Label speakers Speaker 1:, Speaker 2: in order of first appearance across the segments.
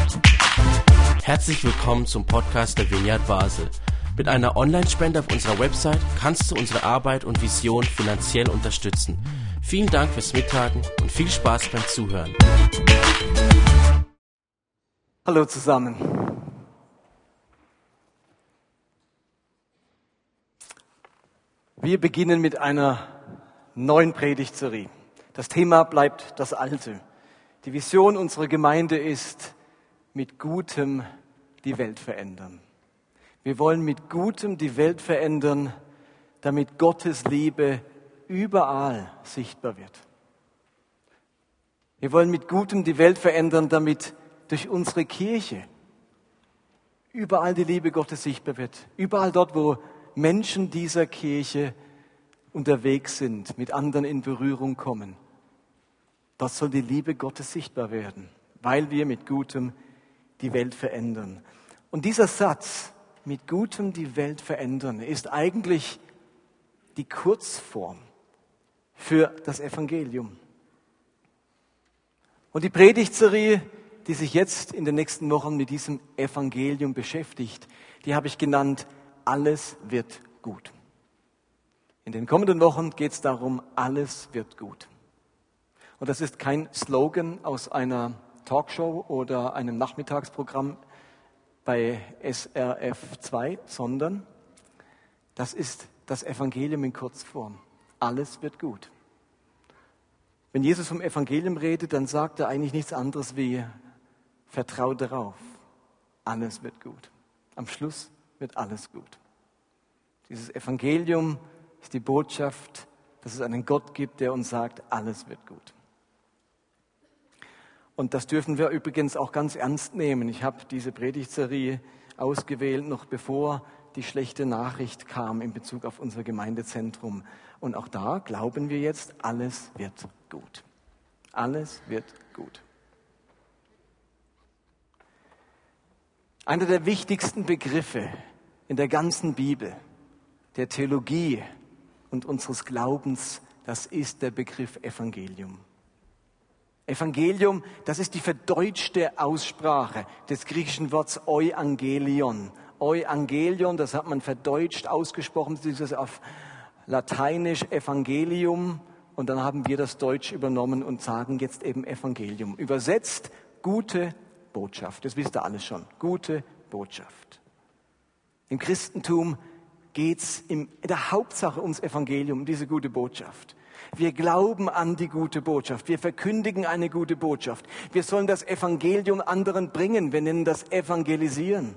Speaker 1: Herzlich willkommen zum Podcast der Vineyard Basel. Mit einer Online-Spende auf unserer Website kannst du unsere Arbeit und Vision finanziell unterstützen. Vielen Dank fürs Mittagen und viel Spaß beim Zuhören.
Speaker 2: Hallo zusammen. Wir beginnen mit einer neuen Predigtserie. Das Thema bleibt das Alte. Die Vision unserer Gemeinde ist, mit Gutem die Welt verändern. Wir wollen mit Gutem die Welt verändern, damit Gottes Liebe überall sichtbar wird. Wir wollen mit Gutem die Welt verändern, damit durch unsere Kirche überall die Liebe Gottes sichtbar wird. Überall dort, wo Menschen dieser Kirche unterwegs sind, mit anderen in Berührung kommen. Dort soll die Liebe Gottes sichtbar werden, weil wir mit Gutem die Welt verändern. Und dieser Satz, mit Gutem die Welt verändern, ist eigentlich die Kurzform für das Evangelium. Und die Predigtserie, die sich jetzt in den nächsten Wochen mit diesem Evangelium beschäftigt, die habe ich genannt, alles wird gut. In den kommenden Wochen geht es darum, alles wird gut. Und das ist kein Slogan aus einer Talkshow oder einem Nachmittagsprogramm bei SRF 2, sondern das ist das Evangelium in Kurzform. Alles wird gut. Wenn Jesus vom Evangelium redet, dann sagt er eigentlich nichts anderes wie, vertrau darauf, alles wird gut. Am Schluss wird alles gut. Dieses Evangelium ist die Botschaft, dass es einen Gott gibt, der uns sagt, alles wird gut. Und das dürfen wir übrigens auch ganz ernst nehmen. Ich habe diese Predigtserie ausgewählt, noch bevor die schlechte Nachricht kam in Bezug auf unser Gemeindezentrum. Und auch da glauben wir jetzt, alles wird gut. Alles wird gut. Einer der wichtigsten Begriffe in der ganzen Bibel, der Theologie und unseres Glaubens, das ist der Begriff Evangelium. Evangelium, das ist die verdeutschte Aussprache des griechischen Wortes Euangelion. Euangelion, das hat man verdeutscht ausgesprochen, das ist auf Lateinisch Evangelium. Und dann haben wir das Deutsch übernommen und sagen jetzt eben Evangelium. Übersetzt, gute Botschaft. Das wisst ihr alles schon. Gute Botschaft. Im Christentum geht es in der Hauptsache ums Evangelium, um diese gute Botschaft. Wir glauben an die gute Botschaft. Wir verkündigen eine gute Botschaft. Wir sollen das Evangelium anderen bringen. Wir nennen das Evangelisieren.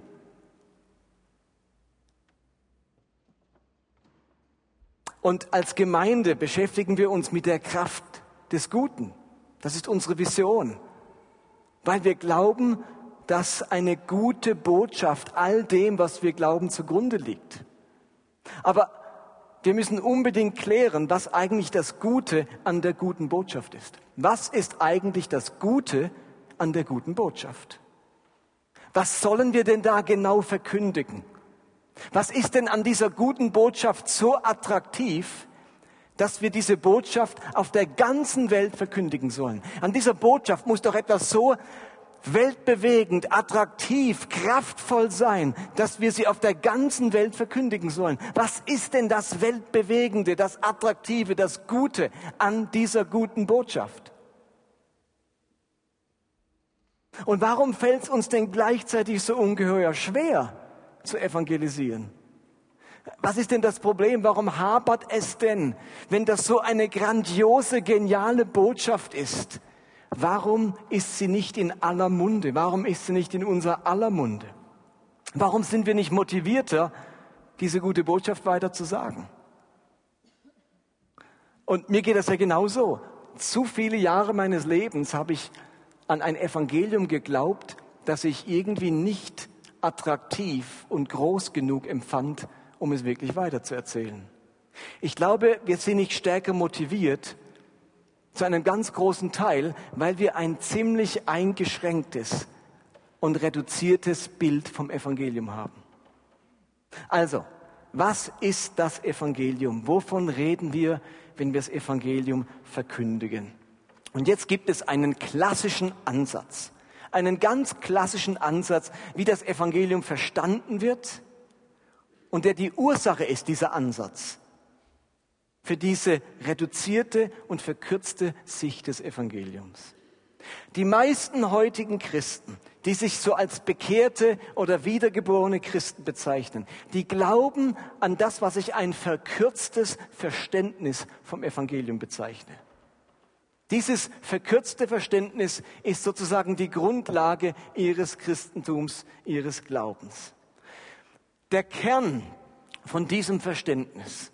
Speaker 2: Und als Gemeinde beschäftigen wir uns mit der Kraft des Guten. Das ist unsere Vision. Weil wir glauben, dass eine gute Botschaft all dem, was wir glauben, zugrunde liegt. Aber wir müssen unbedingt klären, was eigentlich das Gute an der guten Botschaft ist. Was ist eigentlich das Gute an der guten Botschaft? Was sollen wir denn da genau verkündigen? Was ist denn an dieser guten Botschaft so attraktiv, dass wir diese Botschaft auf der ganzen Welt verkündigen sollen? An dieser Botschaft muss doch etwas so weltbewegend, attraktiv, kraftvoll sein, dass wir sie auf der ganzen Welt verkündigen sollen. Was ist denn das Weltbewegende, das Attraktive, das Gute an dieser guten Botschaft? Und warum fällt es uns denn gleichzeitig so ungeheuer schwer zu evangelisieren? Was ist denn das Problem? Warum hapert es denn, wenn das so eine grandiose, geniale Botschaft ist? Warum ist sie nicht in aller Munde? Warum ist sie nicht in unser aller Munde? Warum sind wir nicht motivierter, diese gute Botschaft weiter zu sagen? Und mir geht das ja genauso. Zu viele Jahre meines Lebens habe ich an ein Evangelium geglaubt, das ich irgendwie nicht attraktiv und groß genug empfand, um es wirklich weiterzuerzählen. Ich glaube, wir sind nicht stärker motiviert, zu einem ganz großen Teil, weil wir ein ziemlich eingeschränktes und reduziertes Bild vom Evangelium haben. Also, was ist das Evangelium? Wovon reden wir, wenn wir das Evangelium verkündigen? Und jetzt gibt es einen klassischen Ansatz. einen ganz klassischen Ansatz, wie das Evangelium verstanden wird und der die Ursache ist, dieser Ansatz, für diese reduzierte und verkürzte Sicht des Evangeliums. Die meisten heutigen Christen, die sich so als bekehrte oder wiedergeborene Christen bezeichnen, die glauben an das, was ich ein verkürztes Verständnis vom Evangelium bezeichne. Dieses verkürzte Verständnis ist sozusagen die Grundlage ihres Christentums, ihres Glaubens. Der Kern von diesem Verständnis,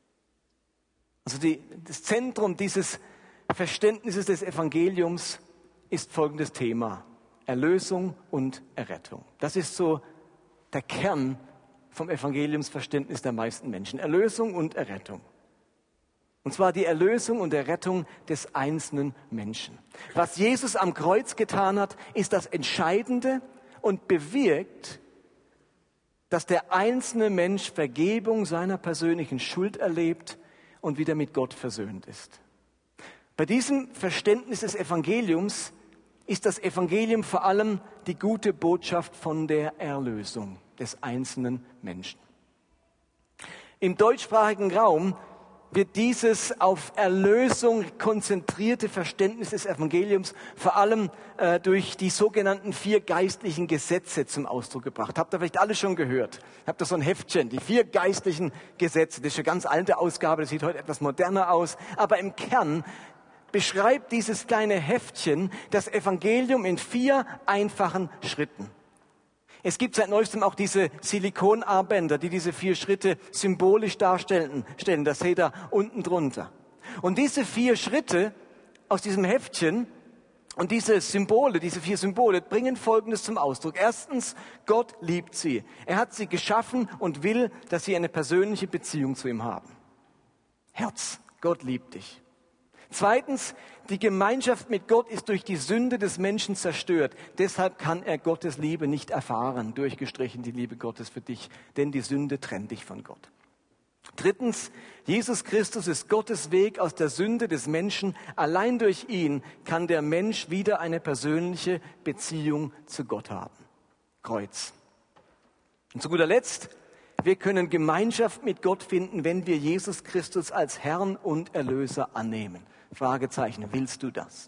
Speaker 2: also das Zentrum dieses Verständnisses des Evangeliums ist folgendes Thema: Erlösung und Errettung. Das ist so der Kern vom Evangeliumsverständnis der meisten Menschen. Erlösung und Errettung. Und zwar die Erlösung und Errettung des einzelnen Menschen. Was Jesus am Kreuz getan hat, ist das Entscheidende und bewirkt, dass der einzelne Mensch Vergebung seiner persönlichen Schuld erlebt und wieder mit Gott versöhnt ist. Bei diesem Verständnis des Evangeliums ist das Evangelium vor allem die gute Botschaft von der Erlösung des einzelnen Menschen. Im deutschsprachigen Raum wird dieses auf Erlösung konzentrierte Verständnis des Evangeliums vor allem durch die sogenannten 4 geistlichen Gesetze zum Ausdruck gebracht. Habt ihr vielleicht alle schon gehört? Habt ihr so ein Heftchen, die 4 geistlichen Gesetze. Das ist eine ganz alte Ausgabe, das sieht heute etwas moderner aus. Aber im Kern beschreibt dieses kleine Heftchen das Evangelium in 4 einfachen Schritten. Es gibt seit neuestem auch diese Silikonarmbänder, die diese 4 Schritte symbolisch darstellen. Das seht ihr unten drunter. Und diese 4 Schritte aus diesem Heftchen und diese 4 Symbole bringen Folgendes zum Ausdruck. Erstens, Gott liebt sie. Er hat sie geschaffen und will, dass sie eine persönliche Beziehung zu ihm haben. Herz, Gott liebt dich. Zweitens, die Gemeinschaft mit Gott ist durch die Sünde des Menschen zerstört. Deshalb kann er Gottes Liebe nicht erfahren, durchgestrichen die Liebe Gottes für dich, denn die Sünde trennt dich von Gott. Drittens, Jesus Christus ist Gottes Weg aus der Sünde des Menschen. Allein durch ihn kann der Mensch wieder eine persönliche Beziehung zu Gott haben. Kreuz. Und zu guter Letzt, wir können Gemeinschaft mit Gott finden, wenn wir Jesus Christus als Herrn und Erlöser annehmen. Fragezeichen, willst du das?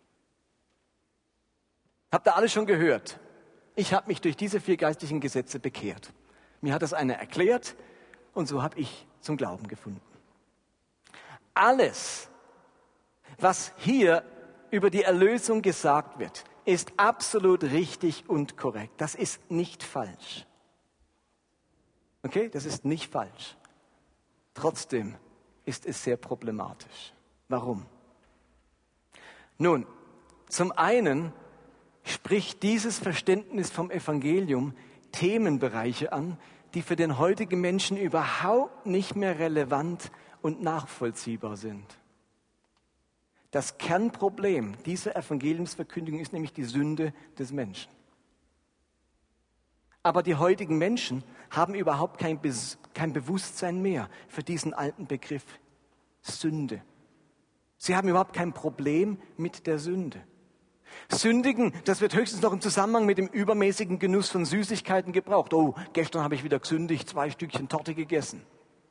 Speaker 2: Habt ihr alles schon gehört? Ich habe mich durch diese 4 geistlichen Gesetze bekehrt. Mir hat das einer erklärt und so habe ich zum Glauben gefunden. Alles, was hier über die Erlösung gesagt wird, ist absolut richtig und korrekt. Das ist nicht falsch. Okay, das ist nicht falsch. Trotzdem ist es sehr problematisch. Warum? Nun, zum einen spricht dieses Verständnis vom Evangelium Themenbereiche an, die für den heutigen Menschen überhaupt nicht mehr relevant und nachvollziehbar sind. Das Kernproblem dieser Evangeliumsverkündigung ist nämlich die Sünde des Menschen. Aber die heutigen Menschen haben überhaupt kein Bewusstsein mehr für diesen alten Begriff Sünde. Sie haben überhaupt kein Problem mit der Sünde. Sündigen, das wird höchstens noch im Zusammenhang mit dem übermäßigen Genuss von Süßigkeiten gebraucht. Oh, gestern habe ich wieder gesündigt, 2 Stückchen Torte gegessen.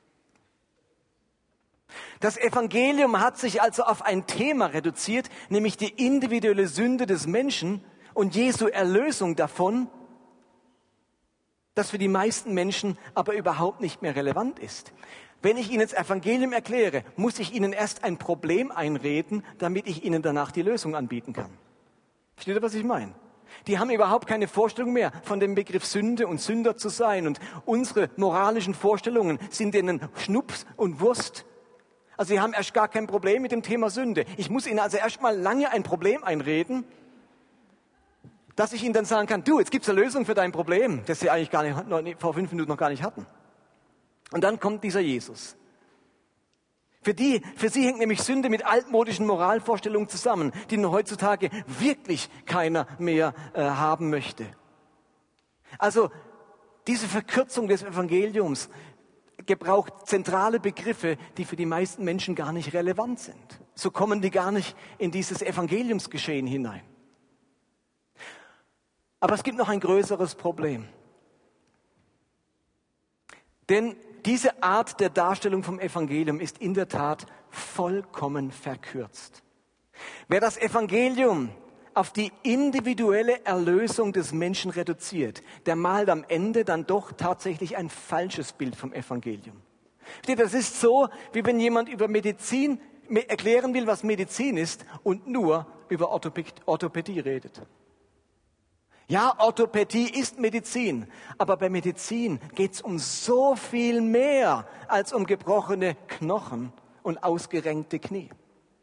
Speaker 2: Das Evangelium hat sich also auf ein Thema reduziert, nämlich die individuelle Sünde des Menschen und Jesu Erlösung davon, das für die meisten Menschen aber überhaupt nicht mehr relevant ist. Wenn ich Ihnen das Evangelium erkläre, muss ich Ihnen erst ein Problem einreden, damit ich Ihnen danach die Lösung anbieten kann. Versteht ihr, was ich meine? Die haben überhaupt keine Vorstellung mehr von dem Begriff Sünde und Sünder zu sein. Und unsere moralischen Vorstellungen sind denen Schnups und Wurst. Also sie haben erst gar kein Problem mit dem Thema Sünde. Ich muss Ihnen also erst mal lange ein Problem einreden, dass ich Ihnen dann sagen kann, du, jetzt gibt's eine Lösung für dein Problem, das Sie eigentlich vor 5 Minuten noch gar nicht hatten. Und dann kommt dieser Jesus. Für sie hängt nämlich Sünde mit altmodischen Moralvorstellungen zusammen, die nun heutzutage wirklich keiner mehr haben möchte. Also diese Verkürzung des Evangeliums gebraucht zentrale Begriffe, die für die meisten Menschen gar nicht relevant sind. So kommen die gar nicht in dieses Evangeliumsgeschehen hinein. Aber es gibt noch ein größeres Problem. Denn diese Art der Darstellung vom Evangelium ist in der Tat vollkommen verkürzt. Wer das Evangelium auf die individuelle Erlösung des Menschen reduziert, der malt am Ende dann doch tatsächlich ein falsches Bild vom Evangelium. Das ist so, wie wenn jemand über Medizin erklären will, was Medizin ist und nur über Orthopädie redet. Ja, Orthopädie ist Medizin, aber bei Medizin geht es um so viel mehr als um gebrochene Knochen und ausgerenkte Knie.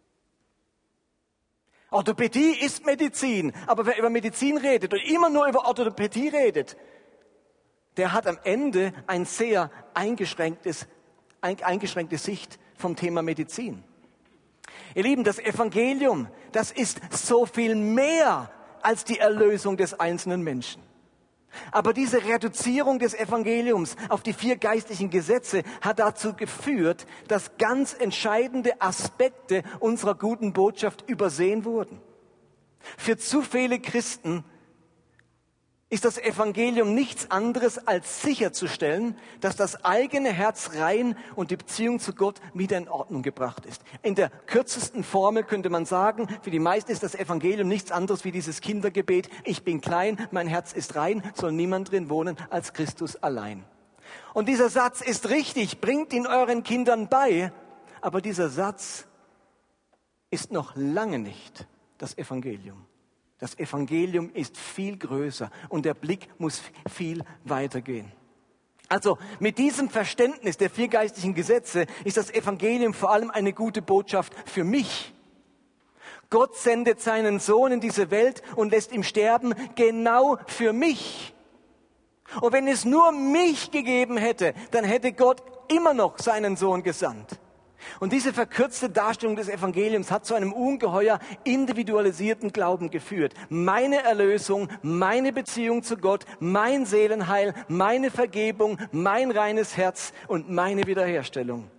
Speaker 2: Orthopädie ist Medizin, aber wer über Medizin redet und immer nur über Orthopädie redet, der hat am Ende ein sehr eingeschränkte Sicht vom Thema Medizin. Ihr Lieben, das Evangelium, das ist so viel mehr als die Erlösung des einzelnen Menschen. Aber diese Reduzierung des Evangeliums auf die 4 geistlichen Gesetze hat dazu geführt, dass ganz entscheidende Aspekte unserer guten Botschaft übersehen wurden. Für zu viele Christen ist das Evangelium nichts anderes als sicherzustellen, dass das eigene Herz rein und die Beziehung zu Gott wieder in Ordnung gebracht ist. In der kürzesten Formel könnte man sagen, für die meisten ist das Evangelium nichts anderes wie dieses Kindergebet: Ich bin klein, mein Herz ist rein, soll niemand drin wohnen als Christus allein. Und dieser Satz ist richtig, bringt ihn euren Kindern bei, aber dieser Satz ist noch lange nicht das Evangelium. Das Evangelium ist viel größer und der Blick muss viel weiter gehen. Also mit diesem Verständnis der 4 geistlichen Gesetze ist das Evangelium vor allem eine gute Botschaft für mich. Gott sendet seinen Sohn in diese Welt und lässt ihn sterben, genau für mich. Und wenn es nur mich gegeben hätte, dann hätte Gott immer noch seinen Sohn gesandt. Und diese verkürzte Darstellung des Evangeliums hat zu einem ungeheuer individualisierten Glauben geführt. Meine Erlösung, meine Beziehung zu Gott, mein Seelenheil, meine Vergebung, mein reines Herz und meine Wiederherstellung.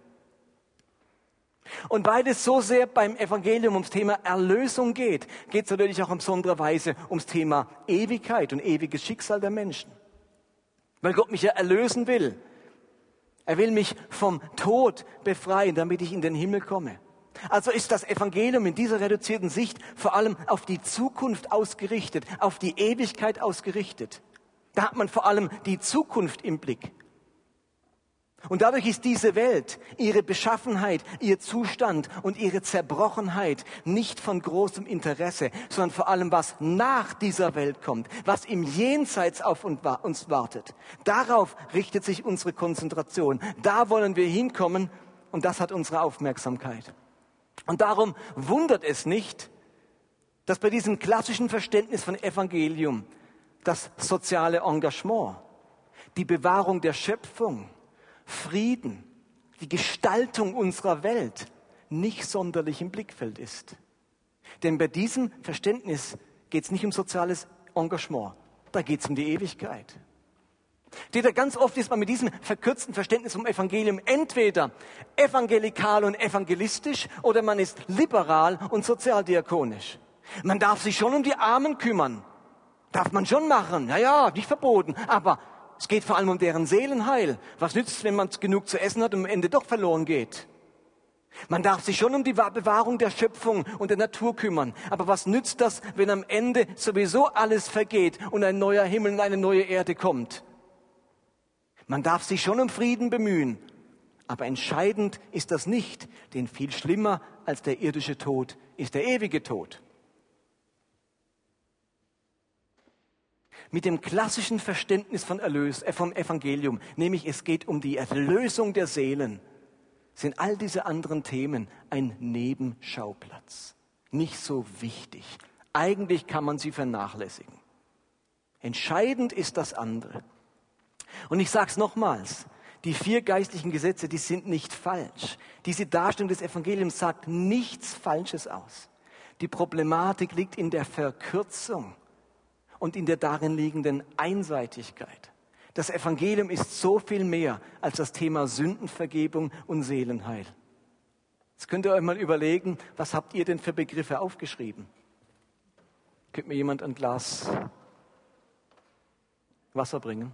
Speaker 2: Und weil es so sehr beim Evangelium ums Thema Erlösung geht, geht es natürlich auch in besonderer Weise ums Thema Ewigkeit und ewiges Schicksal der Menschen. Weil Gott mich ja erlösen will. Er will mich vom Tod befreien, damit ich in den Himmel komme. Also ist das Evangelium in dieser reduzierten Sicht vor allem auf die Zukunft ausgerichtet, auf die Ewigkeit ausgerichtet. Da hat man vor allem die Zukunft im Blick. Und dadurch ist diese Welt, ihre Beschaffenheit, ihr Zustand und ihre Zerbrochenheit nicht von großem Interesse, sondern vor allem, was nach dieser Welt kommt, was im Jenseits auf uns wartet. Darauf richtet sich unsere Konzentration. Da wollen wir hinkommen und das hat unsere Aufmerksamkeit. Und darum wundert es nicht, dass bei diesem klassischen Verständnis von Evangelium das soziale Engagement, die Bewahrung der Schöpfung, Frieden, die Gestaltung unserer Welt nicht sonderlich im Blickfeld ist. Denn bei diesem Verständnis geht es nicht um soziales Engagement, da geht es um die Ewigkeit. Ganz oft ist man mit diesem verkürzten Verständnis vom Evangelium entweder evangelikal und evangelistisch oder man ist liberal und sozialdiakonisch. Man darf sich schon um die Armen kümmern, darf man schon machen, naja, nicht verboten, aber es geht vor allem um deren Seelenheil. Was nützt es, wenn man genug zu essen hat und am Ende doch verloren geht? Man darf sich schon um die Bewahrung der Schöpfung und der Natur kümmern. Aber was nützt das, wenn am Ende sowieso alles vergeht und ein neuer Himmel und eine neue Erde kommt? Man darf sich schon um Frieden bemühen. Aber entscheidend ist das nicht, denn viel schlimmer als der irdische Tod ist der ewige Tod. Mit dem klassischen Verständnis vom Evangelium, nämlich es geht um die Erlösung der Seelen, sind all diese anderen Themen ein Nebenschauplatz. Nicht so wichtig. Eigentlich kann man sie vernachlässigen. Entscheidend ist das andere. Und ich sage es nochmals, die 4 geistlichen Gesetze, die sind nicht falsch. Diese Darstellung des Evangeliums sagt nichts Falsches aus. Die Problematik liegt in der Verkürzung und in der darin liegenden Einseitigkeit. Das Evangelium ist so viel mehr als das Thema Sündenvergebung und Seelenheil. Jetzt könnt ihr euch mal überlegen, was habt ihr denn für Begriffe aufgeschrieben? Könnt mir jemand ein Glas Wasser bringen.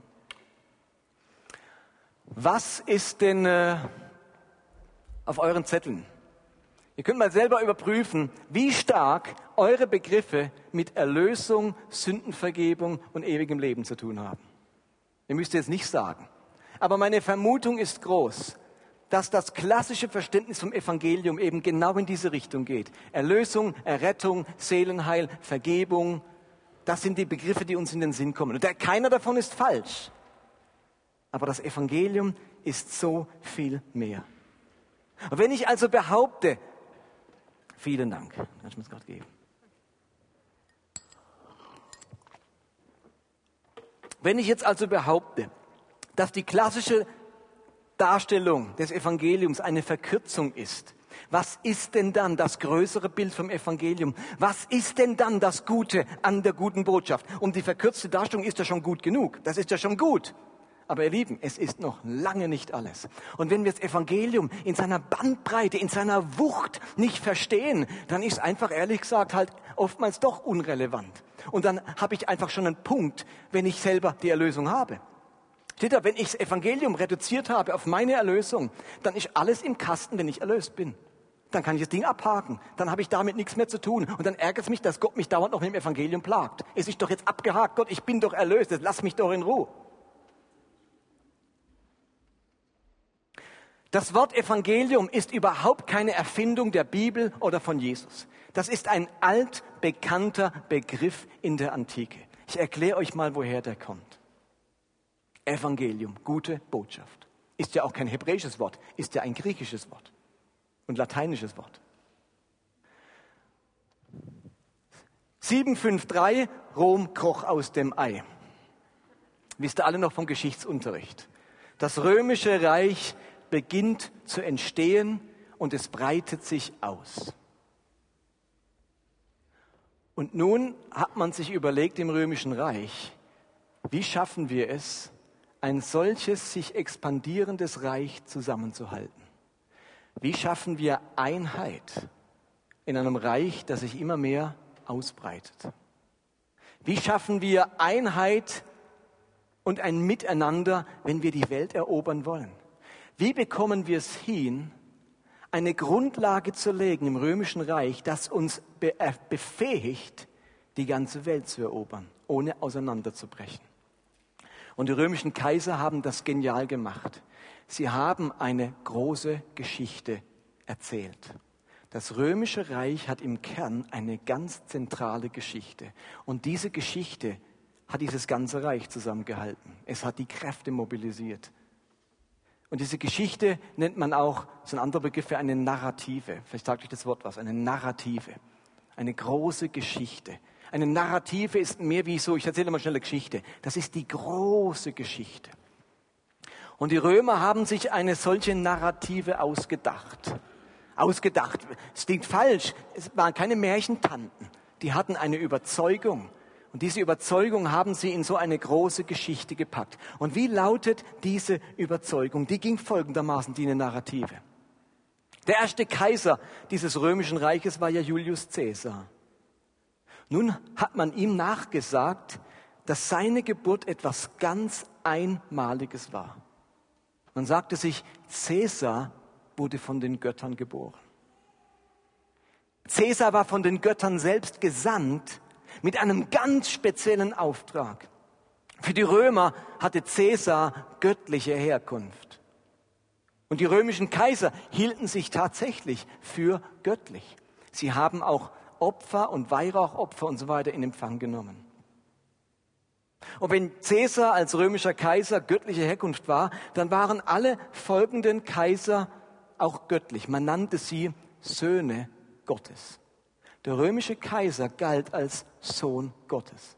Speaker 2: Was ist denn auf euren Zetteln? Ihr könnt mal selber überprüfen, wie stark eure Begriffe mit Erlösung, Sündenvergebung und ewigem Leben zu tun haben. Ihr müsst jetzt nicht sagen. Aber meine Vermutung ist groß, dass das klassische Verständnis vom Evangelium eben genau in diese Richtung geht. Erlösung, Errettung, Seelenheil, Vergebung, das sind die Begriffe, die uns in den Sinn kommen. Und keiner davon ist falsch. Aber das Evangelium ist so viel mehr. Und wenn ich also behaupte, vielen Dank, kannst du mir das gerade geben. Wenn ich jetzt also behaupte, dass die klassische Darstellung des Evangeliums eine Verkürzung ist, was ist denn dann das größere Bild vom Evangelium? Was ist denn dann das Gute an der guten Botschaft? Und die verkürzte Darstellung ist ja schon gut genug. Das ist ja schon gut. Aber ihr Lieben, es ist noch lange nicht alles. Und wenn wir das Evangelium in seiner Bandbreite, in seiner Wucht nicht verstehen, dann ist einfach ehrlich gesagt halt oftmals doch unrelevant. Und dann habe ich einfach schon einen Punkt, wenn ich selber die Erlösung habe. Steht da, wenn ich das Evangelium reduziert habe auf meine Erlösung, dann ist alles im Kasten, wenn ich erlöst bin. Dann kann ich das Ding abhaken. Dann habe ich damit nichts mehr zu tun. Und dann ärgert es mich, dass Gott mich dauernd noch mit dem Evangelium plagt. Es ist doch jetzt abgehakt. Gott, ich bin doch erlöst. Jetzt lass mich doch in Ruhe. Das Wort Evangelium ist überhaupt keine Erfindung der Bibel oder von Jesus. Das ist ein altbekannter Begriff in der Antike. Ich erkläre euch mal, woher der kommt. Evangelium, gute Botschaft. Ist ja auch kein hebräisches Wort, ist ja ein griechisches Wort und lateinisches Wort. 753, Rom kroch aus dem Ei. Wisst ihr alle noch vom Geschichtsunterricht? Das römische Reich beginnt zu entstehen und es breitet sich aus. Und nun hat man sich überlegt im Römischen Reich, wie schaffen wir es, ein solches sich expandierendes Reich zusammenzuhalten? Wie schaffen wir Einheit in einem Reich, das sich immer mehr ausbreitet? Wie schaffen wir Einheit und ein Miteinander, wenn wir die Welt erobern wollen? Wie bekommen wir es hin, eine Grundlage zu legen im Römischen Reich, das uns befähigt, die ganze Welt zu erobern, ohne auseinanderzubrechen? Und die römischen Kaiser haben das genial gemacht. Sie haben eine große Geschichte erzählt. Das Römische Reich hat im Kern eine ganz zentrale Geschichte. Und diese Geschichte hat dieses ganze Reich zusammengehalten. Es hat die Kräfte mobilisiert. Und diese Geschichte nennt man auch, das ist ein anderer Begriff für eine Narrative. Vielleicht sagt euch das Wort was, eine Narrative. Eine große Geschichte. Eine Narrative ist mehr wie so, ich erzähle mal schnell eine Geschichte. Das ist die große Geschichte. Und die Römer haben sich eine solche Narrative ausgedacht. Es klingt falsch, es waren keine Märchentanten. Die hatten eine Überzeugung. Und diese Überzeugung haben sie in so eine große Geschichte gepackt. Und wie lautet diese Überzeugung? Die ging folgendermaßen, die eine Narrative. Der erste Kaiser dieses römischen Reiches war ja Julius Caesar. Nun hat man ihm nachgesagt, dass seine Geburt etwas ganz Einmaliges war. Man sagte sich, Caesar wurde von den Göttern geboren. Caesar war von den Göttern selbst gesandt mit einem ganz speziellen Auftrag. Für die Römer hatte Caesar göttliche Herkunft. Und die römischen Kaiser hielten sich tatsächlich für göttlich. Sie haben auch Opfer und Weihrauchopfer und so weiter in Empfang genommen. Und wenn Caesar als römischer Kaiser göttliche Herkunft war, dann waren alle folgenden Kaiser auch göttlich. Man nannte sie Söhne Gottes. Der römische Kaiser galt als Sohn Gottes.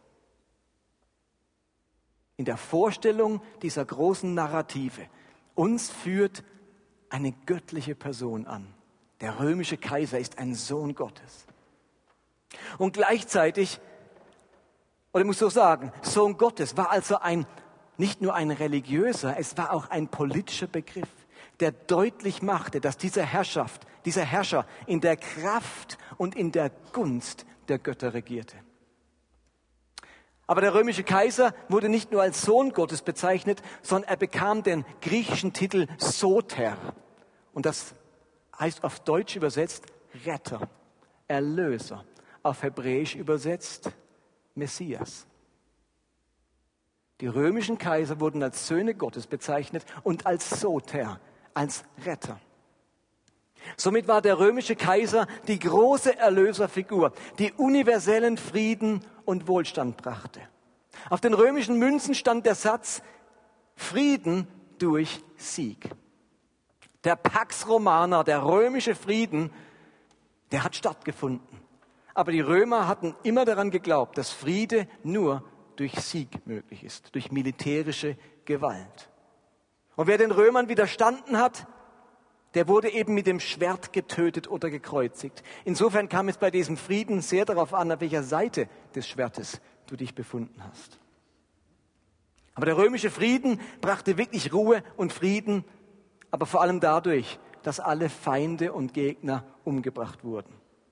Speaker 2: In der Vorstellung dieser großen Narrative, uns führt eine göttliche Person an. Der römische Kaiser ist ein Sohn Gottes. Und gleichzeitig, oder ich muss so sagen, Sohn Gottes war also nicht nur ein religiöser, es war auch ein politischer Begriff, der deutlich machte, dass dieser Herrscher in der Kraft und in der Gunst der Götter regierte. Aber der römische Kaiser wurde nicht nur als Sohn Gottes bezeichnet, sondern er bekam den griechischen Titel Soter. Und das heißt auf Deutsch übersetzt Retter, Erlöser. Auf Hebräisch übersetzt Messias. Die römischen Kaiser wurden als Söhne Gottes bezeichnet und als Soter, als Retter. Somit war der römische Kaiser die große Erlöserfigur, die universellen Frieden und Wohlstand brachte. Auf den römischen Münzen stand der Satz, Frieden durch Sieg. Der Pax Romana, der römische Frieden, der hat stattgefunden. Aber die Römer hatten immer daran geglaubt, dass Friede nur durch Sieg möglich ist, durch militärische Gewalt. Und wer den Römern widerstanden hat, der wurde eben mit dem Schwert getötet oder gekreuzigt. Insofern kam es bei diesem Frieden sehr darauf an, auf welcher Seite des Schwertes du dich befunden hast. Aber der römische Frieden brachte wirklich Ruhe und Frieden, aber vor allem dadurch, dass alle Feinde und Gegner umgebracht wurden.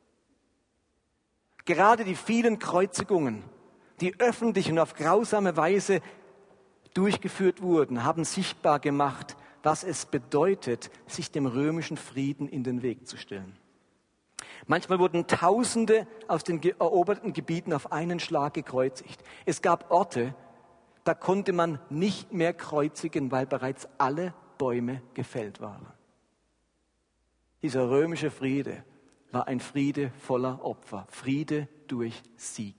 Speaker 2: Gerade die vielen Kreuzigungen, die öffentlich und auf grausame Weise durchgeführt wurden, haben sichtbar gemacht, was es bedeutet, sich dem römischen Frieden in den Weg zu stellen. Manchmal wurden Tausende aus den eroberten Gebieten auf einen Schlag gekreuzigt. Es gab Orte, da konnte man nicht mehr kreuzigen, weil bereits alle Bäume gefällt waren. Dieser römische Friede war ein Friede voller Opfer, Friede durch Sieg.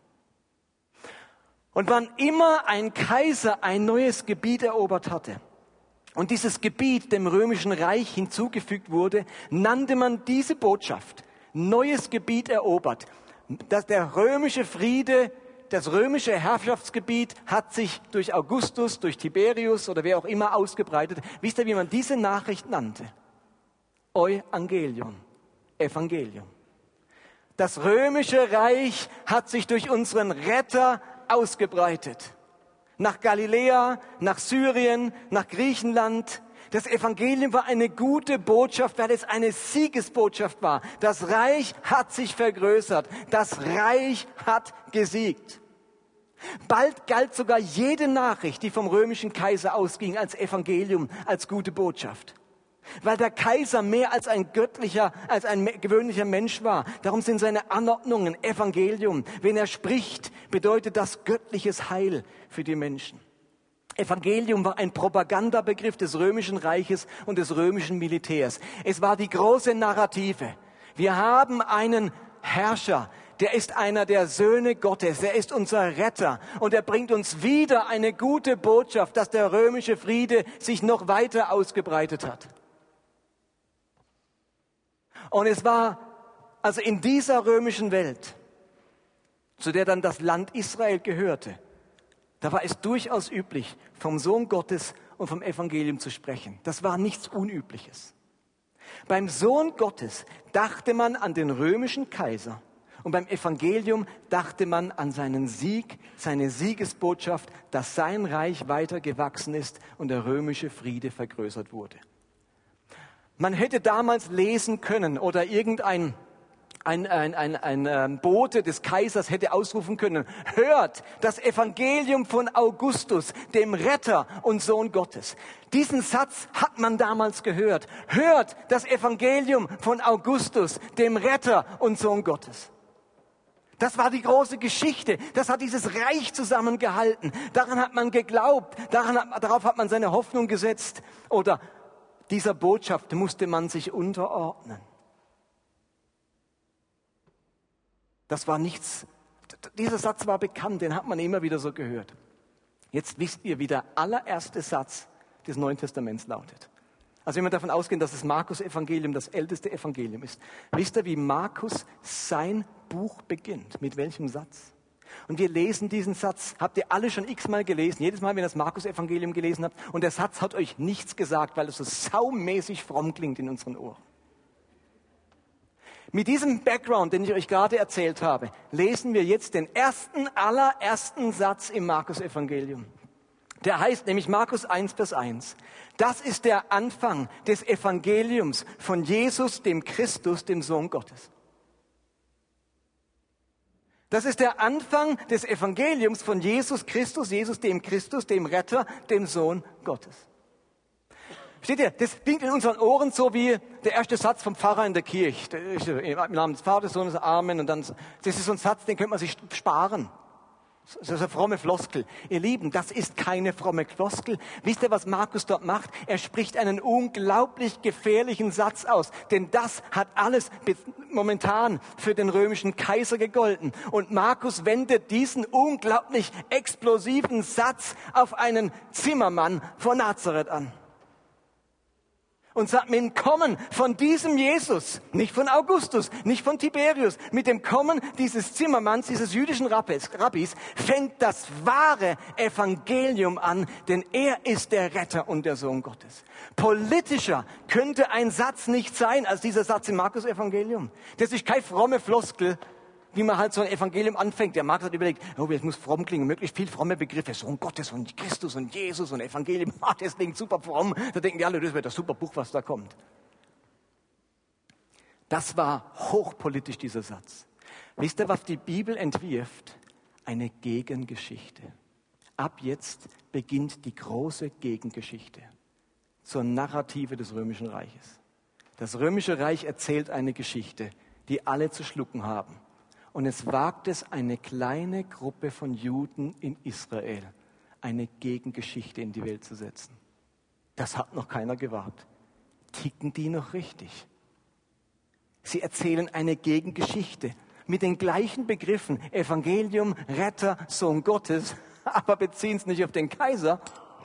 Speaker 2: Und wann immer ein Kaiser ein neues Gebiet erobert hatte, und dieses Gebiet dem römischen Reich hinzugefügt wurde, nannte man diese Botschaft, neues Gebiet erobert. Dass der römische Friede, das römische Herrschaftsgebiet hat sich durch Augustus, durch Tiberius oder wer auch immer ausgebreitet. Wisst ihr, wie man diese Nachricht nannte? Evangelium. Evangelium. Das römische Reich hat sich durch unseren Retter ausgebreitet. Nach Galiläa, nach Syrien, nach Griechenland. Das Evangelium war eine gute Botschaft, weil es eine Siegesbotschaft war. Das Reich hat sich vergrößert. Das Reich hat gesiegt. Bald galt sogar jede Nachricht, die vom römischen Kaiser ausging, als Evangelium, als gute Botschaft. Weil der Kaiser mehr als ein gewöhnlicher Mensch war. Darum sind seine Anordnungen Evangelium. Wenn er spricht, bedeutet das göttliches Heil für die Menschen. Evangelium war ein Propagandabegriff des römischen Reiches und des römischen Militärs. Es war die große Narrative. Wir haben einen Herrscher, der ist einer der Söhne Gottes, er ist unser Retter und er bringt uns wieder eine gute Botschaft, dass der römische Friede sich noch weiter ausgebreitet hat. Und es war also in dieser römischen Welt, zu der dann das Land Israel gehörte, da war es durchaus üblich, vom Sohn Gottes und vom Evangelium zu sprechen. Das war nichts Unübliches. Beim Sohn Gottes dachte man an den römischen Kaiser und beim Evangelium dachte man an seinen Sieg, seine Siegesbotschaft, dass sein Reich weiter gewachsen ist und der römische Friede vergrößert wurde. Man hätte damals lesen können oder irgendein Bote des Kaisers hätte ausrufen können, hört das Evangelium von Augustus, dem Retter und Sohn Gottes. Diesen Satz hat man damals gehört. Hört das Evangelium von Augustus, dem Retter und Sohn Gottes. Das war die große Geschichte. Das hat dieses Reich zusammengehalten. Daran hat man geglaubt. Darauf hat man seine Hoffnung gesetzt. Oder dieser Botschaft musste man sich unterordnen. Das war nichts, dieser Satz war bekannt, den hat man immer wieder so gehört. Jetzt wisst ihr, wie der allererste Satz des Neuen Testaments lautet. Also wenn wir davon ausgehen, dass das Markus-Evangelium das älteste Evangelium ist. Wisst ihr, wie Markus sein Buch beginnt? Mit welchem Satz? Und wir lesen diesen Satz, habt ihr alle schon x-mal gelesen, jedes Mal, wenn ihr das Markus-Evangelium gelesen habt. Und der Satz hat euch nichts gesagt, weil es so saumäßig fromm klingt in unseren Ohren. Mit diesem Background, den ich euch gerade erzählt habe, lesen wir jetzt den allerersten Satz im Markus-Evangelium. Der heißt nämlich Markus 1, Vers 1. Das ist der Anfang des Evangeliums von Jesus, dem Christus, dem Sohn Gottes. Das ist der Anfang des Evangeliums von Jesus Christus, dem Retter, dem Sohn Gottes. Versteht ihr, das klingt in unseren Ohren so wie der erste Satz vom Pfarrer in der Kirche. Im Namen des Vaters, Sohnes, Amen. Und dann, das ist so ein Satz, den könnte man sich sparen. Das ist eine fromme Floskel. Ihr Lieben, das ist keine fromme Floskel. Wisst ihr, was Markus dort macht? Er spricht einen unglaublich gefährlichen Satz aus. Denn das hat alles momentan für den römischen Kaiser gegolten. Und Markus wendet diesen unglaublich explosiven Satz auf einen Zimmermann von Nazareth an. Und sagt, mit dem Kommen von diesem Jesus, nicht von Augustus, nicht von Tiberius, mit dem Kommen dieses Zimmermanns, dieses jüdischen Rabbis, fängt das wahre Evangelium an, denn er ist der Retter und der Sohn Gottes. Politischer könnte ein Satz nicht sein als dieser Satz im Markus-Evangelium. Das ist keine fromme Floskel, wie man halt so ein Evangelium anfängt. Der Markus hat überlegt, oh, es muss fromm klingen, möglichst viel fromme Begriffe, Sohn Gottes und Christus und Jesus und Evangelium, das klingt super fromm. Da denken die alle, das wird das super Buch, was da kommt. Das war hochpolitisch, dieser Satz. Wisst ihr, was die Bibel entwirft? Eine Gegengeschichte. Ab jetzt beginnt die große Gegengeschichte zur Narrative des Römischen Reiches. Das Römische Reich erzählt eine Geschichte, die alle zu schlucken haben. Und es wagt es eine kleine Gruppe von Juden in Israel, eine Gegengeschichte in die Welt zu setzen. Das hat noch keiner gewagt. Ticken die noch richtig? Sie erzählen eine Gegengeschichte mit den gleichen Begriffen, Evangelium, Retter, Sohn Gottes, aber beziehen es nicht auf den Kaiser,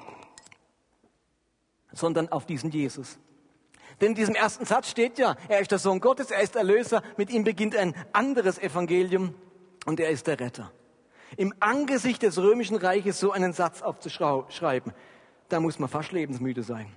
Speaker 2: sondern auf diesen Jesus. Denn in diesem ersten Satz steht ja, er ist der Sohn Gottes, er ist Erlöser, mit ihm beginnt ein anderes Evangelium und er ist der Retter. Im Angesicht des Römischen Reiches so einen Satz aufzuschreiben, da muss man fast lebensmüde sein.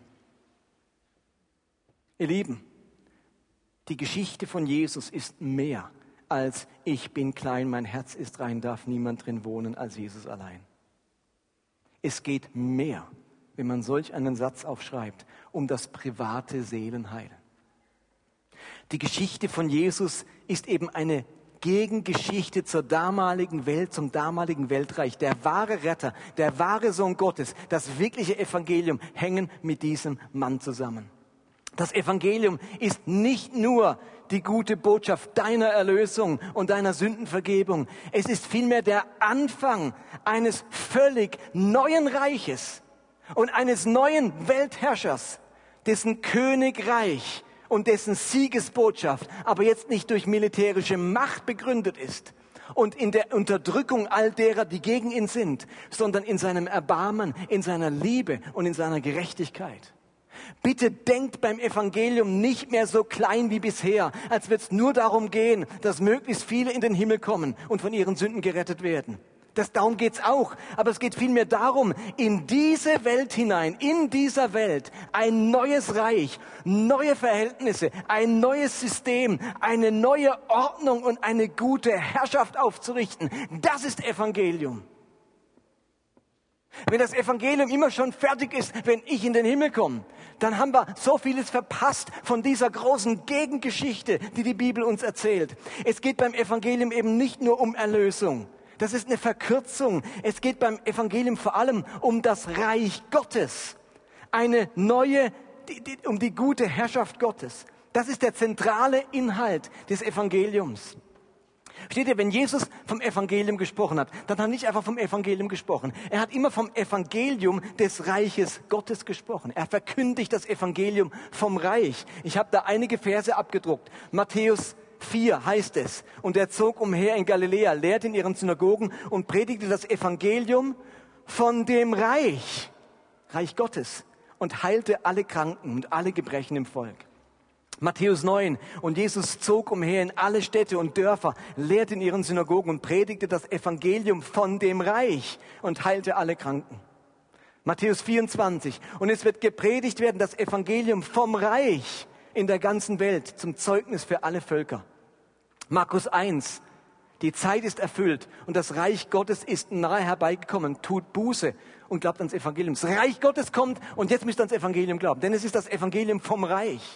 Speaker 2: Ihr Lieben, die Geschichte von Jesus ist mehr als ich bin klein, mein Herz ist rein, darf niemand drin wohnen als Jesus allein. Es geht mehr, wenn man solch einen Satz aufschreibt, um das private Seelenheil. Die Geschichte von Jesus ist eben eine Gegengeschichte zur damaligen Welt, zum damaligen Weltreich. Der wahre Retter, der wahre Sohn Gottes, das wirkliche Evangelium hängen mit diesem Mann zusammen. Das Evangelium ist nicht nur die gute Botschaft deiner Erlösung und deiner Sündenvergebung. Es ist vielmehr der Anfang eines völlig neuen Reiches und eines neuen Weltherrschers, dessen Königreich und dessen Siegesbotschaft aber jetzt nicht durch militärische Macht begründet ist und in der Unterdrückung all derer, die gegen ihn sind, sondern in seinem Erbarmen, in seiner Liebe und in seiner Gerechtigkeit. Bitte denkt beim Evangelium nicht mehr so klein wie bisher, als wird es nur darum gehen, dass möglichst viele in den Himmel kommen und von ihren Sünden gerettet werden. Darum geht's auch. Aber es geht vielmehr darum, in diese Welt hinein, in dieser Welt, ein neues Reich, neue Verhältnisse, ein neues System, eine neue Ordnung und eine gute Herrschaft aufzurichten. Das ist Evangelium. Wenn das Evangelium immer schon fertig ist, wenn ich in den Himmel komme, dann haben wir so vieles verpasst von dieser großen Gegengeschichte, die die Bibel uns erzählt. Es geht beim Evangelium eben nicht nur um Erlösung. Das ist eine Verkürzung. Es geht beim Evangelium vor allem um das Reich Gottes. Eine neue, um die gute Herrschaft Gottes. Das ist der zentrale Inhalt des Evangeliums. Versteht ihr, wenn Jesus vom Evangelium gesprochen hat, dann hat er nicht einfach vom Evangelium gesprochen. Er hat immer vom Evangelium des Reiches Gottes gesprochen. Er verkündigt das Evangelium vom Reich. Ich habe da einige Verse abgedruckt. Matthäus 4 heißt es, und er zog umher in Galiläa, lehrte in ihren Synagogen und predigte das Evangelium von dem Reich Gottes und heilte alle Kranken und alle Gebrechen im Volk. Matthäus 9, und Jesus zog umher in alle Städte und Dörfer, lehrte in ihren Synagogen und predigte das Evangelium von dem Reich und heilte alle Kranken. Matthäus 24, und es wird gepredigt werden, das Evangelium vom Reich in der ganzen Welt zum Zeugnis für alle Völker. Markus 1, die Zeit ist erfüllt und das Reich Gottes ist nahe herbeigekommen. Tut Buße und glaubt ans Evangelium. Das Reich Gottes kommt und jetzt müsst ihr ans Evangelium glauben, denn es ist das Evangelium vom Reich.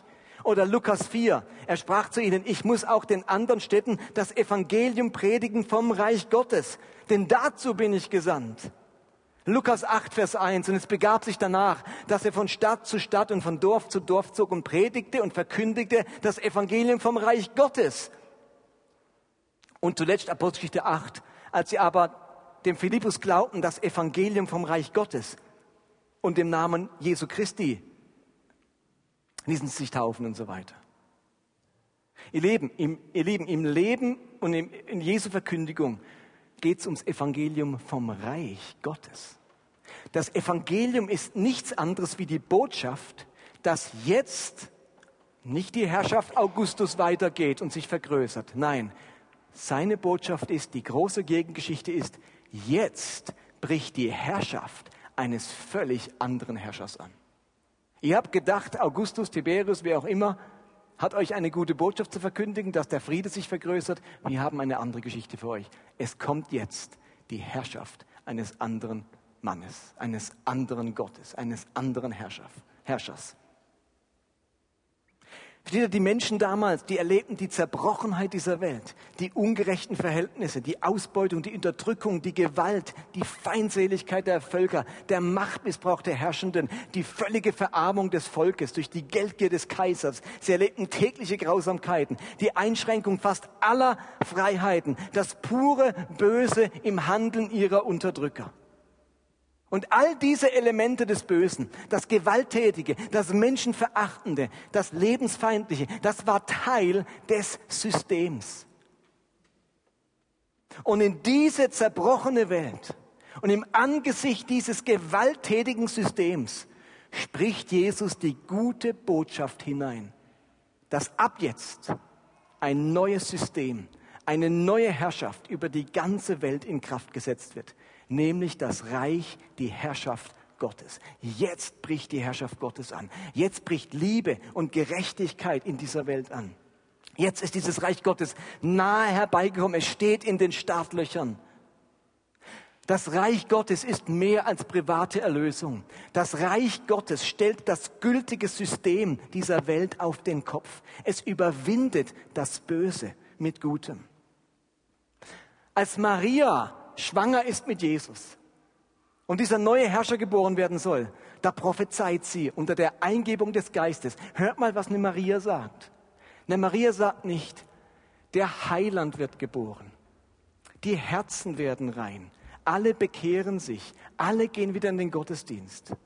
Speaker 2: Oder Lukas 4, er sprach zu ihnen, ich muss auch den anderen Städten das Evangelium predigen vom Reich Gottes, denn dazu bin ich gesandt. Lukas 8, Vers 1, und es begab sich danach, dass er von Stadt zu Stadt und von Dorf zu Dorf zog und predigte und verkündigte das Evangelium vom Reich Gottes. Und zuletzt Apostelgeschichte 8, als sie aber dem Philippus glaubten, das Evangelium vom Reich Gottes und dem Namen Jesu Christi, ließen sie sich taufen und so weiter. Ihr Lieben, im Leben und in Jesu Verkündigung geht es ums Evangelium vom Reich Gottes. Das Evangelium ist nichts anderes wie die Botschaft, dass jetzt nicht die Herrschaft Augustus weitergeht und sich vergrößert. Nein, seine Botschaft ist, die große Gegengeschichte ist, jetzt bricht die Herrschaft eines völlig anderen Herrschers an. Ihr habt gedacht, Augustus, Tiberius, wer auch immer, hat euch eine gute Botschaft zu verkündigen, dass der Friede sich vergrößert. Wir haben eine andere Geschichte für euch. Es kommt jetzt die Herrschaft eines anderen Mannes, eines anderen Gottes, eines anderen Herrschers. Versteht ihr, die Menschen damals, die erlebten die Zerbrochenheit dieser Welt, die ungerechten Verhältnisse, die Ausbeutung, die Unterdrückung, die Gewalt, die Feindseligkeit der Völker, der Machtmissbrauch der Herrschenden, die völlige Verarmung des Volkes durch die Geldgier des Kaisers. Sie erlebten tägliche Grausamkeiten, die Einschränkung fast aller Freiheiten, das pure Böse im Handeln ihrer Unterdrücker. Und all diese Elemente des Bösen, das Gewalttätige, das Menschenverachtende, das Lebensfeindliche, das war Teil des Systems. Und in diese zerbrochene Welt und im Angesicht dieses gewalttätigen Systems spricht Jesus die gute Botschaft hinein, dass ab jetzt ein neues System, eine neue Herrschaft über die ganze Welt in Kraft gesetzt wird. Nämlich das Reich, die Herrschaft Gottes. Jetzt bricht die Herrschaft Gottes an. Jetzt bricht Liebe und Gerechtigkeit in dieser Welt an. Jetzt ist dieses Reich Gottes nahe herbeigekommen. Es steht in den Startlöchern. Das Reich Gottes ist mehr als private Erlösung. Das Reich Gottes stellt das gültige System dieser Welt auf den Kopf. Es überwindet das Böse mit Gutem. Als Maria schwanger ist mit Jesus und dieser neue Herrscher geboren werden soll, da prophezeit sie unter der Eingebung des Geistes. Hört mal, was eine Maria sagt. Eine Maria sagt nicht, der Heiland wird geboren, die Herzen werden rein, alle bekehren sich, alle gehen wieder in den Gottesdienst.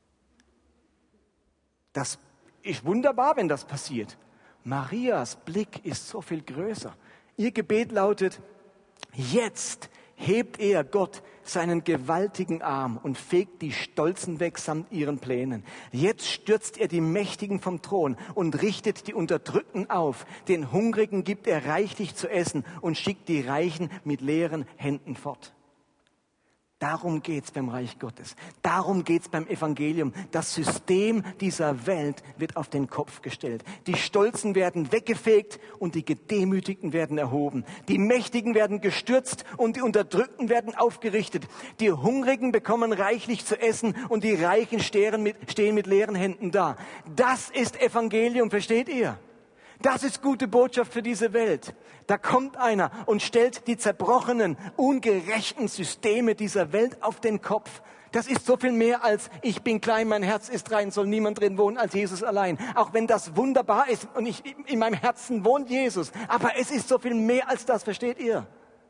Speaker 2: Das ist wunderbar, wenn das passiert. Marias Blick ist so viel größer. Ihr Gebet lautet, jetzt hebt er, Gott, seinen gewaltigen Arm und fegt die Stolzen weg samt ihren Plänen. Jetzt stürzt er die Mächtigen vom Thron und richtet die Unterdrückten auf. Den Hungrigen gibt er reichlich zu essen und schickt die Reichen mit leeren Händen fort. Darum geht's beim Reich Gottes. Darum geht's beim Evangelium. Das System dieser Welt wird auf den Kopf gestellt. Die Stolzen werden weggefegt und die Gedemütigten werden erhoben. Die Mächtigen werden gestürzt und die Unterdrückten werden aufgerichtet. Die Hungrigen bekommen reichlich zu essen und die Reichen stehen mit leeren Händen da. Das ist Evangelium, versteht ihr? Das ist gute Botschaft für diese Welt. Da kommt einer und stellt die zerbrochenen, ungerechten Systeme dieser Welt auf den Kopf. Das ist so viel mehr als, ich bin klein, mein Herz ist rein, soll niemand drin wohnen als Jesus allein. Auch wenn das wunderbar ist und in meinem Herzen wohnt Jesus. Aber es ist so viel mehr als das, versteht ihr?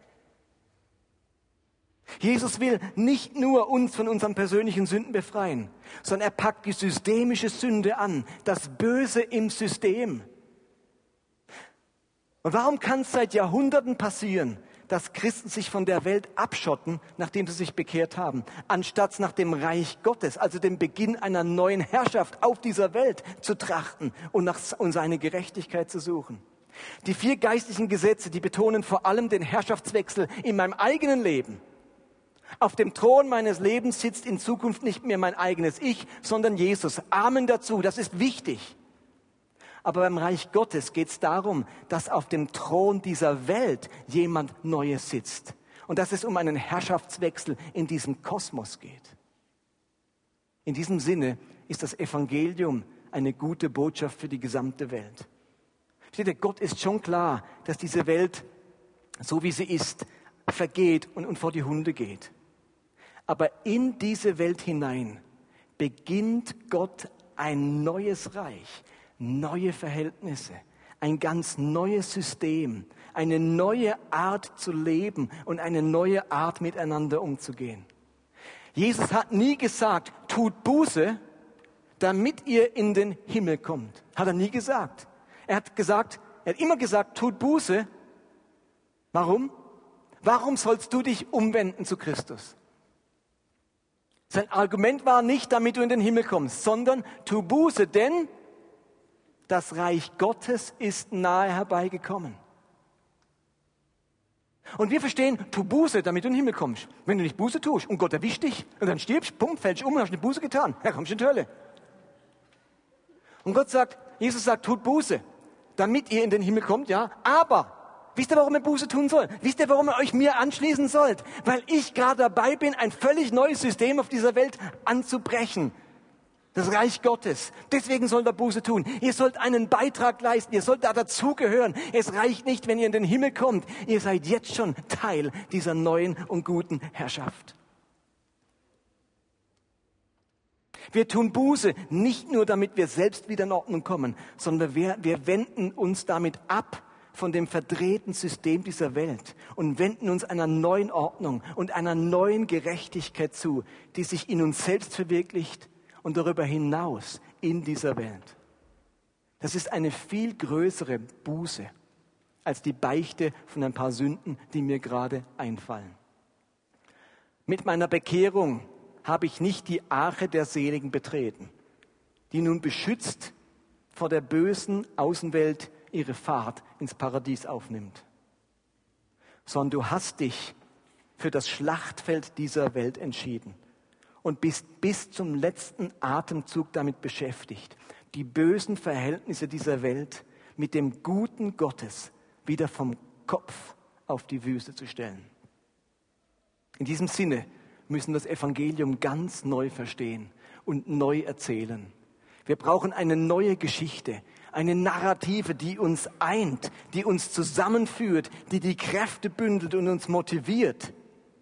Speaker 2: Jesus will nicht nur uns von unseren persönlichen Sünden befreien, sondern er packt die systemische Sünde an, das Böse im System. Und warum kann es seit Jahrhunderten passieren, dass Christen sich von der Welt abschotten, nachdem sie sich bekehrt haben, anstatt nach dem Reich Gottes, also dem Beginn einer neuen Herrschaft auf dieser Welt zu trachten und seine Gerechtigkeit zu suchen? Die 4 geistlichen Gesetze, die betonen vor allem den Herrschaftswechsel in meinem eigenen Leben. Auf dem Thron meines Lebens sitzt in Zukunft nicht mehr mein eigenes Ich, sondern Jesus. Amen dazu, das ist wichtig. Aber beim Reich Gottes geht es darum, dass auf dem Thron dieser Welt jemand Neues sitzt. Und dass es um einen Herrschaftswechsel in diesem Kosmos geht. In diesem Sinne ist das Evangelium eine gute Botschaft für die gesamte Welt. Versteht ihr, Gott ist schon klar, dass diese Welt, so wie sie ist, vergeht und vor die Hunde geht. Aber in diese Welt hinein beginnt Gott ein neues Reich, neue Verhältnisse, ein ganz neues System, eine neue Art zu leben und eine neue Art miteinander umzugehen. Jesus hat nie gesagt, tut Buße, damit ihr in den Himmel kommt. Hat er nie gesagt. Er hat immer gesagt, tut Buße. Warum? Warum sollst du dich umwenden zu Christus? Sein Argument war nicht, damit du in den Himmel kommst, sondern tu Buße, denn das Reich Gottes ist nahe herbeigekommen. Und wir verstehen, tu Buße, damit du in den Himmel kommst. Wenn du nicht Buße tust und Gott erwischt dich und dann stirbst, pump, fällst um und hast eine Buße getan, ja, kommst du in die Hölle. Und Jesus sagt, tut Buße, damit ihr in den Himmel kommt, ja, aber wisst ihr, warum ihr Buße tun sollt? Wisst ihr, warum ihr euch mir anschließen sollt? Weil ich gerade dabei bin, ein völlig neues System auf dieser Welt anzubrechen. Das Reich Gottes. Deswegen sollt ihr Buße tun. Ihr sollt einen Beitrag leisten. Ihr sollt da dazugehören. Es reicht nicht, wenn ihr in den Himmel kommt. Ihr seid jetzt schon Teil dieser neuen und guten Herrschaft. Wir tun Buße nicht nur, damit wir selbst wieder in Ordnung kommen, sondern wir wenden uns damit ab von dem verdrehten System dieser Welt und wenden uns einer neuen Ordnung und einer neuen Gerechtigkeit zu, die sich in uns selbst verwirklicht und darüber hinaus in dieser Welt. Das ist eine viel größere Buße als die Beichte von ein paar Sünden, die mir gerade einfallen. Mit meiner Bekehrung habe ich nicht die Arche der Seligen betreten, die nun beschützt vor der bösen Außenwelt ihre Fahrt ins Paradies aufnimmt, sondern du hast dich für das Schlachtfeld dieser Welt entschieden und bist bis zum letzten Atemzug damit beschäftigt, die bösen Verhältnisse dieser Welt mit dem Guten Gottes wieder vom Kopf auf die Füße zu stellen. In diesem Sinne müssen wir das Evangelium ganz neu verstehen und neu erzählen. Wir brauchen eine neue Geschichte, eine Narrative, die uns eint, die uns zusammenführt, die die Kräfte bündelt und uns motiviert.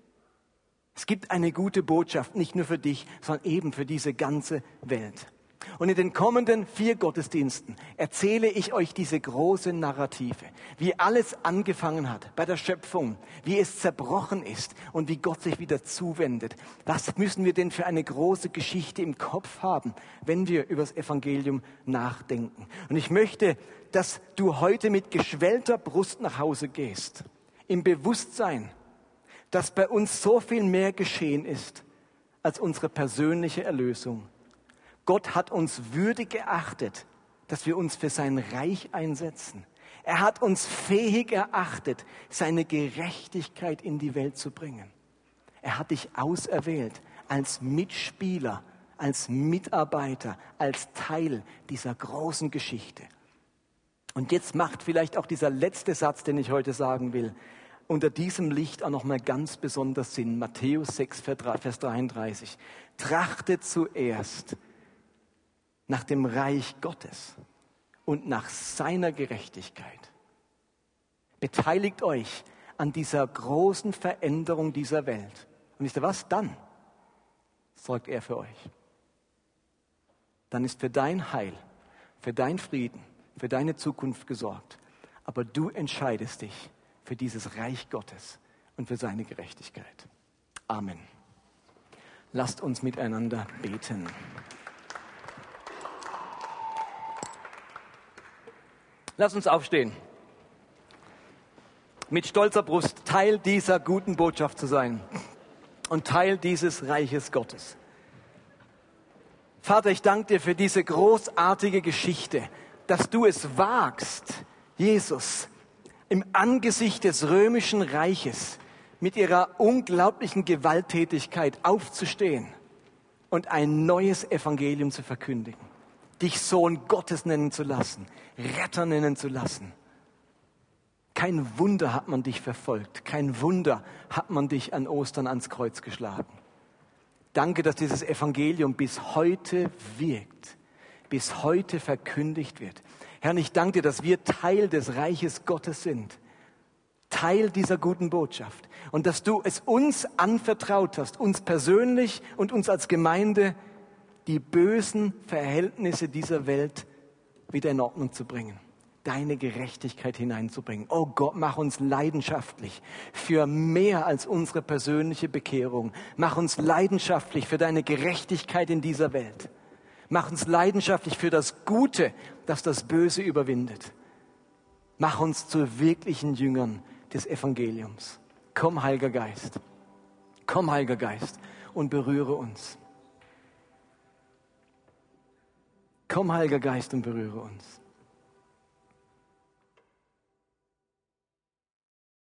Speaker 2: Es gibt eine gute Botschaft, nicht nur für dich, sondern eben für diese ganze Welt. Und in den kommenden 4 Gottesdiensten erzähle ich euch diese große Narrative, wie alles angefangen hat bei der Schöpfung, wie es zerbrochen ist und wie Gott sich wieder zuwendet. Was müssen wir denn für eine große Geschichte im Kopf haben, wenn wir über das Evangelium nachdenken? Und ich möchte, dass du heute mit geschwellter Brust nach Hause gehst, im Bewusstsein, dass bei uns so viel mehr geschehen ist als unsere persönliche Erlösung. Gott hat uns würdig erachtet, dass wir uns für sein Reich einsetzen. Er hat uns fähig erachtet, seine Gerechtigkeit in die Welt zu bringen. Er hat dich auserwählt als Mitspieler, als Mitarbeiter, als Teil dieser großen Geschichte. Und jetzt macht vielleicht auch dieser letzte Satz, den ich heute sagen will, unter diesem Licht auch nochmal ganz besonders Sinn. Matthäus 6, Vers 33. Trachtet zuerst nach dem Reich Gottes und nach seiner Gerechtigkeit. Beteiligt euch an dieser großen Veränderung dieser Welt. Und wisst ihr was? Dann sorgt er für euch. Dann ist für dein Heil, für dein Frieden, für deine Zukunft gesorgt. Aber du entscheidest dich für dieses Reich Gottes und für seine Gerechtigkeit. Amen. Lasst uns miteinander beten. Lass uns aufstehen. Mit stolzer Brust Teil dieser guten Botschaft zu sein und Teil dieses Reiches Gottes. Vater, ich danke dir für diese großartige Geschichte, dass du es wagst, Jesus, im Angesicht des römischen Reiches mit ihrer unglaublichen Gewalttätigkeit aufzustehen und ein neues Evangelium zu verkündigen. Dich Sohn Gottes nennen zu lassen, Retter nennen zu lassen. Kein Wunder hat man dich verfolgt, kein Wunder hat man dich an Ostern ans Kreuz geschlagen. Danke, dass dieses Evangelium bis heute wirkt. bis heute verkündigt wird. Herr, ich danke dir, dass wir Teil des Reiches Gottes sind. Teil dieser guten Botschaft. Und dass du es uns anvertraut hast, uns persönlich und uns als Gemeinde, die bösen Verhältnisse dieser Welt wieder in Ordnung zu bringen. Deine Gerechtigkeit hineinzubringen. Oh Gott, mach uns leidenschaftlich für mehr als unsere persönliche Bekehrung. Mach uns leidenschaftlich für deine Gerechtigkeit in dieser Welt. Mach uns leidenschaftlich für das Gute, das das Böse überwindet. Mach uns zu wirklichen Jüngern des Evangeliums. Komm, Heiliger Geist. Komm, Heiliger Geist, und berühre uns. Komm, Heiliger Geist, und berühre uns.